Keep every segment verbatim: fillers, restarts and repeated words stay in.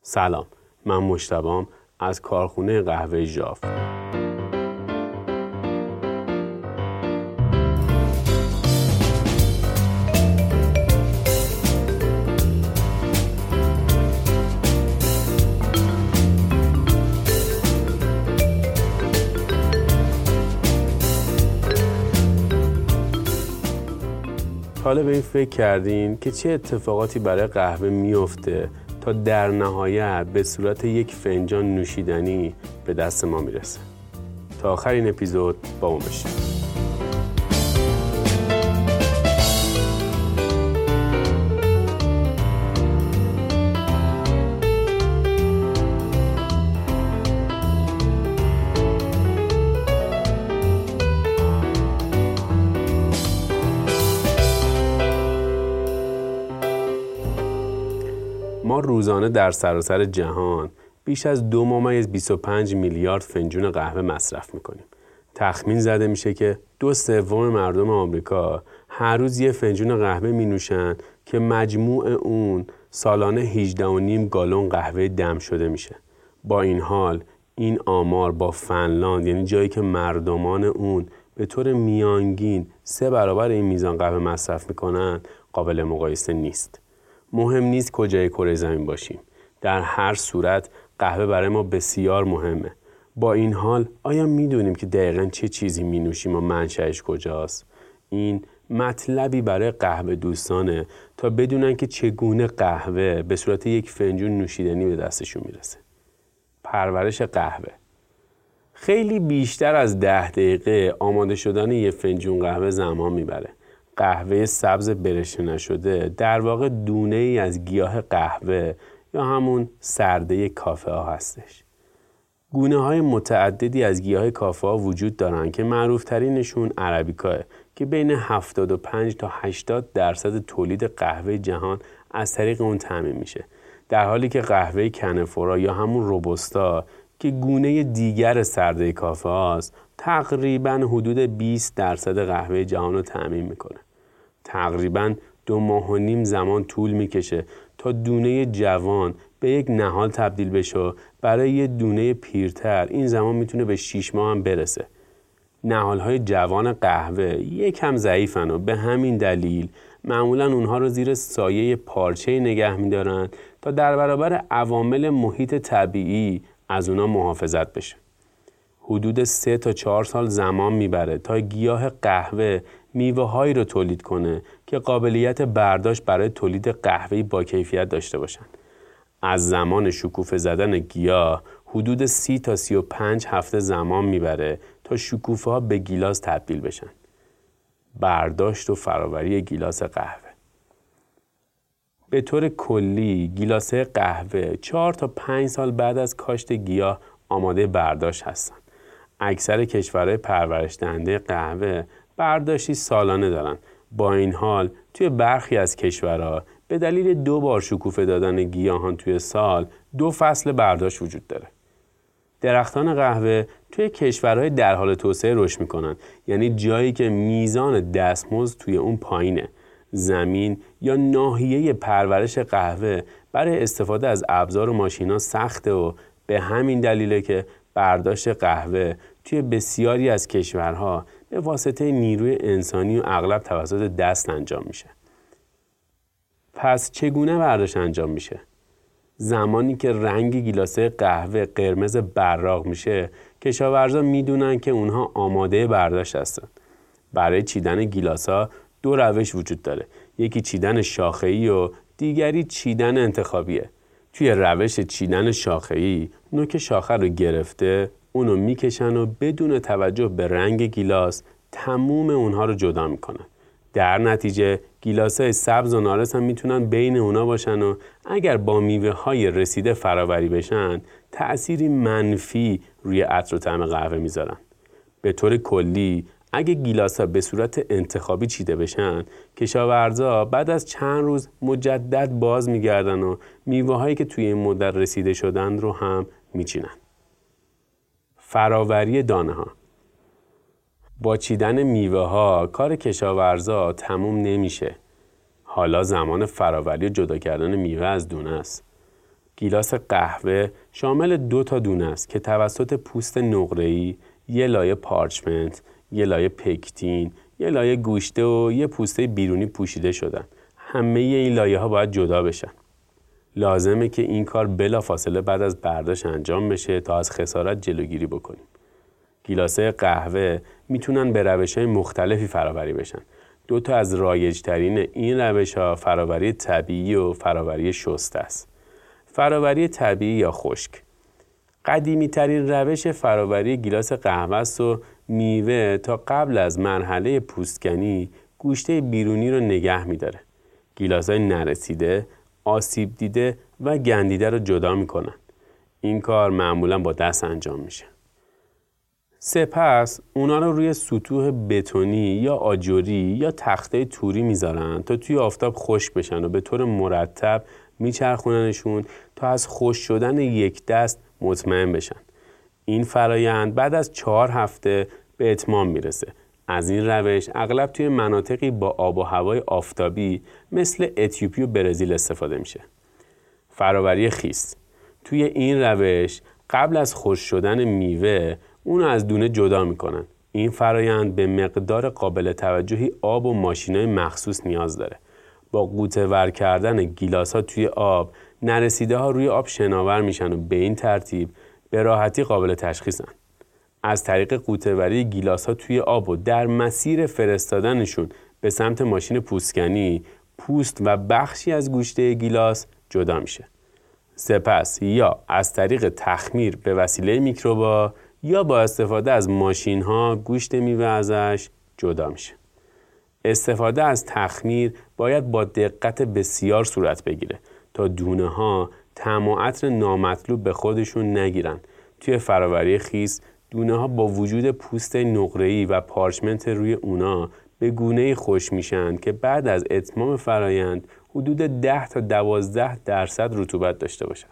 سلام، من مجتبی‌ام از کارخونه قهوه ژاف. حالا به این فکر کردین که چه اتفاقاتی برای قهوه میفته تا در نهایت به صورت یک فنجان نوشیدنی به دست ما میرسه؟ تا آخر این اپیزود با ما باشید. ما روزانه در سراسر جهان بیش از دو ممیز بیست و پنج میلیارد فنجون قهوه مصرف میکنیم. تخمین زده میشه که دو سوم مردم آمریکا هر روز یه فنجون قهوه می نوشن که مجموع اون سالانه هجده و نیم گالون قهوه دم شده میشه. با این حال این آمار با فنلاند، یعنی جایی که مردمان اون به طور میانگین سه برابر این میزان قهوه مصرف میکنن، قابل مقایسه نیست. مهم نیست کجای کره زمین باشیم. در هر صورت قهوه برای ما بسیار مهمه. با این حال آیا میدونیم که دقیقاً چه چیزی می نوشیم و منشأش کجاست؟ این مطلبی برای قهوه دوستانه تا بدونن که چگونه قهوه به صورت یک فنجون نوشیدنی به دستشون میرسه. پرورش قهوه خیلی بیشتر از ده دقیقه آماده شدن یک فنجون قهوه زمان میبره. قهوه سبز برشته نشده در واقع دونه ای از گیاه قهوه یا همون سرده کافه ها هستش. گونه های متعددی از گیاه کافه ها وجود دارن که معروف ترینشون عربیکاه که بین هفتاد و پنج تا هشتاد درصد تولید قهوه جهان از طریق اون تامین میشه، در حالی که قهوه کنفورا یا همون روبوستا که گونه دیگر سرده کافه هاست تقریباً حدود بیست درصد قهوه جهان رو تامین میکنه. تقریباً دو ماه و نیم زمان طول میکشه تا دونه جوان به یک نهال تبدیل بشه. برای یه دونه پیرتر این زمان میتونه به شش ماه هم برسه. نهال‌های جوان قهوه یکم ضعیفن و به همین دلیل معمولاً اونها رو زیر سایه پارچه‌ای نگه میدارن تا در برابر عوامل محیط طبیعی از اونها محافظت بشه. حدود سه تا چهار سال زمان میبره تا گیاه قهوه میوه‌هایی رو تولید کنه که قابلیت برداشت برای تولید قهوه‌ای با کیفیت داشته باشن. از زمان شکوفه زدن گیاه حدود سی تا سی و پنج هفته زمان میبره تا شکوفه ها به گیلاس تبدیل بشن. برداشت و فراوری گیلاس قهوه. به طور کلی گیلاسه قهوه چهار تا پنج سال بعد از کاشت گیاه آماده برداشت هستن. اکثر کشورهای پرورش دهنده قهوه برداشتی سالانه دارن. با این حال توی برخی از کشورها به دلیل دو بار شکوفه دادن گیاهان توی سال دو فصل برداشت وجود داره. درختان قهوه توی کشورهای در حال توسعه رشد میکنن، یعنی جایی که میزان دستمزد توی اون پایینه. زمین یا ناحیه پرورش قهوه برای استفاده از ابزار و ماشینا سخته و به همین دلیله که برداشت قهوه توی بسیاری از کشورها به واسطه نیروی انسانی و اغلب توسط دست انجام میشه. پس چگونه برداشت انجام میشه؟ زمانی که رنگ گیلاسه قهوه قرمز براق میشه، کشاورزا میدونن که اونها آماده برداشت هستن. برای چیدن گیلاسا دو روش وجود داره. یکی چیدن شاخه‌ای و دیگری چیدن انتخابیه. توی روش چیدن شاخه‌ای نوک شاخه رو گرفته اونو میکشن و بدون توجه به رنگ گیلاس تموم اونها رو جدا میکنن. در نتیجه گیلاسای سبز و نارس هم میتونن بین اونا باشن و اگر با میوه های رسیده فراوری بشن تأثیری منفی روی عطر و طعم قهوه میذارن. به طور کلی اگه گیلاسا به صورت انتخابی چیده بشن، کشاورزا بعد از چند روز مجدد باز میگردن و میوه هایی که توی این مدت رسیده شدن رو هم میچینن. فراوری دانه ها. با چیدن میوه ها کار کشاورزا تموم نمیشه. حالا زمان فراوری و جدا کردن میوه از دونه است. گیلاس قهوه شامل دو تا دونه است که توسط پوست نقره‌ای، یه لایه پارچمنت، یه لایه پکتین، یه لایه گوشته و یه پوسته بیرونی پوشیده شدن. همه این لایه ها باید جدا بشن. لازمه که این کار بلافاصله بعد از برداشت انجام بشه تا از خسارت جلوگیری بکنیم. گیلاس‌های قهوه میتونن به روش‌های مختلفی فرآوری بشن. دو تا از رایج‌ترین این روش‌ها فرآوری طبیعی و فرآوری شسته است. فرآوری طبیعی یا خشک. قدیمی‌ترین روش فرآوری گیلاس قهوه است و میوه تا قبل از مرحله پوستکنی گوشته بیرونی رو نگه می‌داره. گیلاس‌های نرسیده، آسیب دیده و گندیده رو جدا می‌کنن. این کار معمولاً با دست انجام میشه. سپس اونا رو روی سطوح بتونی یا آجوری یا تخته توری میذارن تا توی آفتاب خشک بشن و به طور مرتب میچرخوننشون تا از خشک شدن یک دست مطمئن بشن. این فرایند بعد از چهار هفته به اتمام میرسه. از این روش اغلب توی مناطقی با آب و هوای آفتابی مثل اتیوپی و برزیل استفاده میشه. فرآوری خیس. توی این روش قبل از خشک شدن میوه اون از دونه جدا میکنن. این فرایند به مقدار قابل توجهی آب و ماشینای مخصوص نیاز داره. با غوطه ور کردن گیلاس ها توی آب، نرسیده ها روی آب شناور میشن و به این ترتیب به راحتی قابل تشخیصن. از طریق غوطه وری گیلاس ها توی آب و در مسیر فرستادنشون به سمت ماشین پوستکنی، پوست و بخشی از گوشته گیلاس جدا میشه. سپس یا از طریق تخمیر به وسیله میکروبا یا با استفاده از ماشین ها گوشت میوه ازش جدا میشه. استفاده از تخمیر باید با دقت بسیار صورت بگیره تا دونه ها طعم و عطر نامطلوب به خودشون نگیرن. توی فرآوری خیس دونه ها با وجود پوست نقره‌ای و پارچمنت روی اونا به گونه‌ای خشک میشن که بعد از اتمام فرایند حدود ده تا دوازده درصد رطوبت داشته باشن.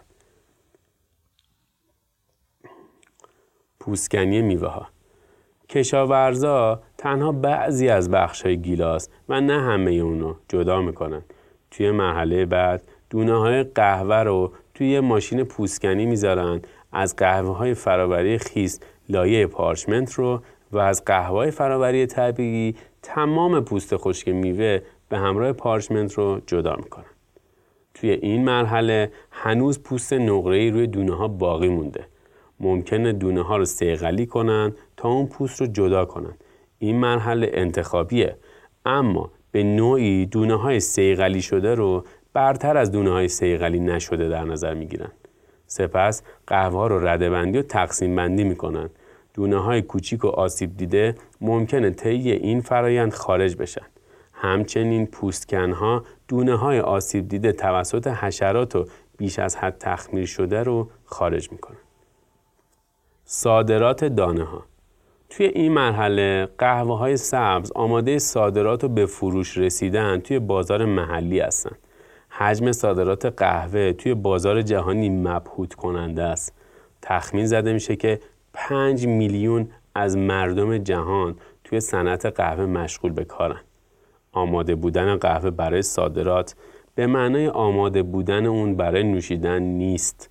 پوستکنی میوه ها. کشاورزا تنها بعضی از بخش‌های گیلاس و نه همه اونو جدا میکنن. توی مرحله بعد دونه های قهوه رو توی ماشین پوستکنی میذارن. از قهوه های فرآوری خیس لایه پارچمنت رو و از قهوه های فرآوری طبیعی تمام پوست خشک میوه به همراه پارچمنت رو جدا میکنن. توی این مرحله هنوز پوست نقره‌ای روی دونه ها باقی مونده. ممکنه دونه ها رو صیقلی کنن تا اون پوست رو جدا کنن. این مرحله انتخابیه، اما به نوعی دونه های صیقلی شده رو برتر از دونه های صیقلی نشده در نظر میگیرن. سپس قهوه ها رو رده‌بندی و تقسیم بندی میکنن. دونه های کوچیک و آسیب دیده ممکنه طی این فرایند خارج بشن. همچنین پوستکن ها دونه های آسیب دیده توسط حشرات و بیش از حد تخمیر شده رو خارج میکنن. صادرات دانه ها. توی این مرحله قهوه های سبز آماده صادرات و به فروش رسیدن توی بازار محلی هستن. حجم صادرات قهوه توی بازار جهانی مبهوت کننده است. تخمین زده میشه که پنج میلیون از مردم جهان توی صنعت قهوه مشغول به کارن. آماده بودن قهوه برای صادرات به معنای آماده بودن اون برای نوشیدن نیست.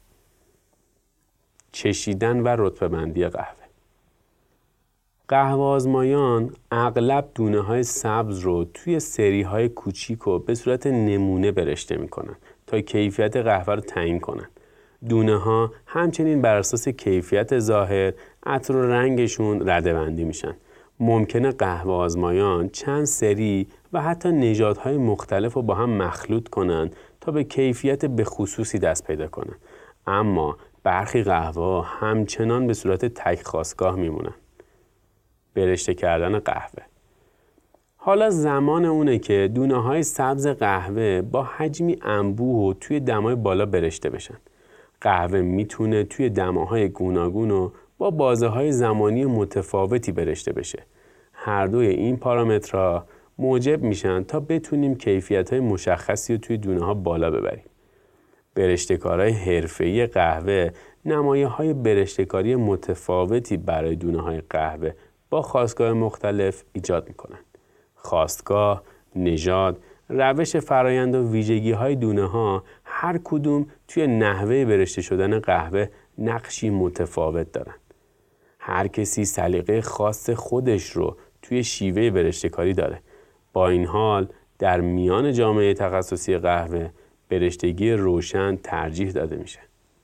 چشیدن و رتبه بندی قهوه. قهوه آزمایان اغلب دونه های سبز رو توی سری های کوچیک و به صورت نمونه برشته میکنن تا کیفیت قهوه رو تعیین کنن. دونه ها همچنین بر اساس کیفیت ظاهر، عطر و رنگشون رده‌بندی میشن. ممکنه قهوه آزمایان چند سری و حتی نژادهای مختلف رو با هم مخلوط کنن تا به کیفیت به خصوصی دست پیدا کنن. اما برخی قهوه همچنان به صورت تک خاستگاه میمونن. برشته کردن قهوه. حالا زمان اونه که دونه های سبز قهوه با حجمی انبوه و توی دمای بالا برشته بشن. قهوه میتونه توی دماهای گوناگون و با بازه های زمانی متفاوتی برشته بشه. هر دوی این پارامترها موجب میشن تا بتونیم کیفیت های مشخصی رو توی دونه ها بالا ببریم. برشته‌کارای حرفه‌ای قهوه نمایه‌های برشته‌کاری متفاوتی برای دونه‌های قهوه با خاستگاه مختلف ایجاد می‌کنند. خاستگاه، نژاد، روش فرآیند و ویژگی‌های دونه‌ها هر کدوم توی نحوه برشته شدن قهوه نقشی متفاوت دارن. هر کسی سلیقه خاص خودش رو توی شیوه برشته کاری داره. با این حال در میان جامعه تخصصی قهوه برشتگی روشن ترجیح داده میشه.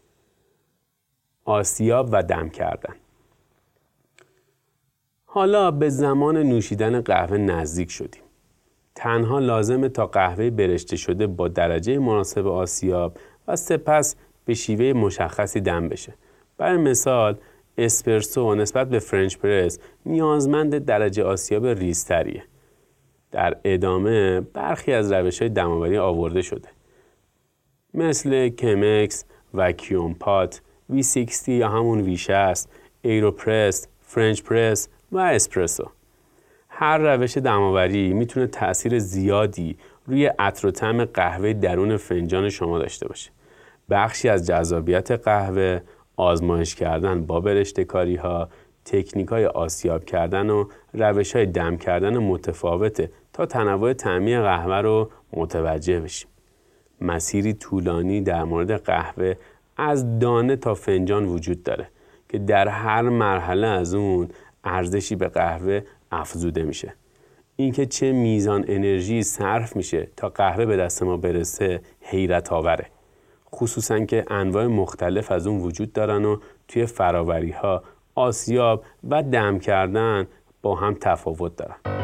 آسیاب و دم کردن. حالا به زمان نوشیدن قهوه نزدیک شدیم. تنها لازمه تا قهوه برشته شده با درجه مناسب آسیاب و سپس به شیوه مشخصی دم بشه. برای مثال اسپرسو نسبت به فرنچ پرس نیازمند درجه آسیاب ریزتریه. در ادامه برخی از روش‌های دم‌آوری آورده شده مثل کمکس، وکیوم پات، وی شصت یا همون وی شصت، ایروپرس، فرنچ پرس و اسپرسو. هر روش دم‌آوری میتونه تأثیر زیادی روی عطر و طعم قهوه درون فنجان شما داشته باشه. بخشی از جذابیت قهوه آزمایش کردن با برشته‌کاری ها، تکنیک های آسیاب کردن و روش های دم کردن متفاوته تا تنوع طعمی قهوه رو متوجه بشیم. مسیری طولانی در مورد قهوه از دانه تا فنجان وجود داره که در هر مرحله از اون ارزشی به قهوه افزوده میشه. اینکه چه میزان انرژی صرف میشه تا قهوه به دست ما برسه حیرت آوره. خصوصا که انواع مختلف از اون وجود دارن و توی فراوری ها آسیاب و دم کردن با هم تفاوت دارن.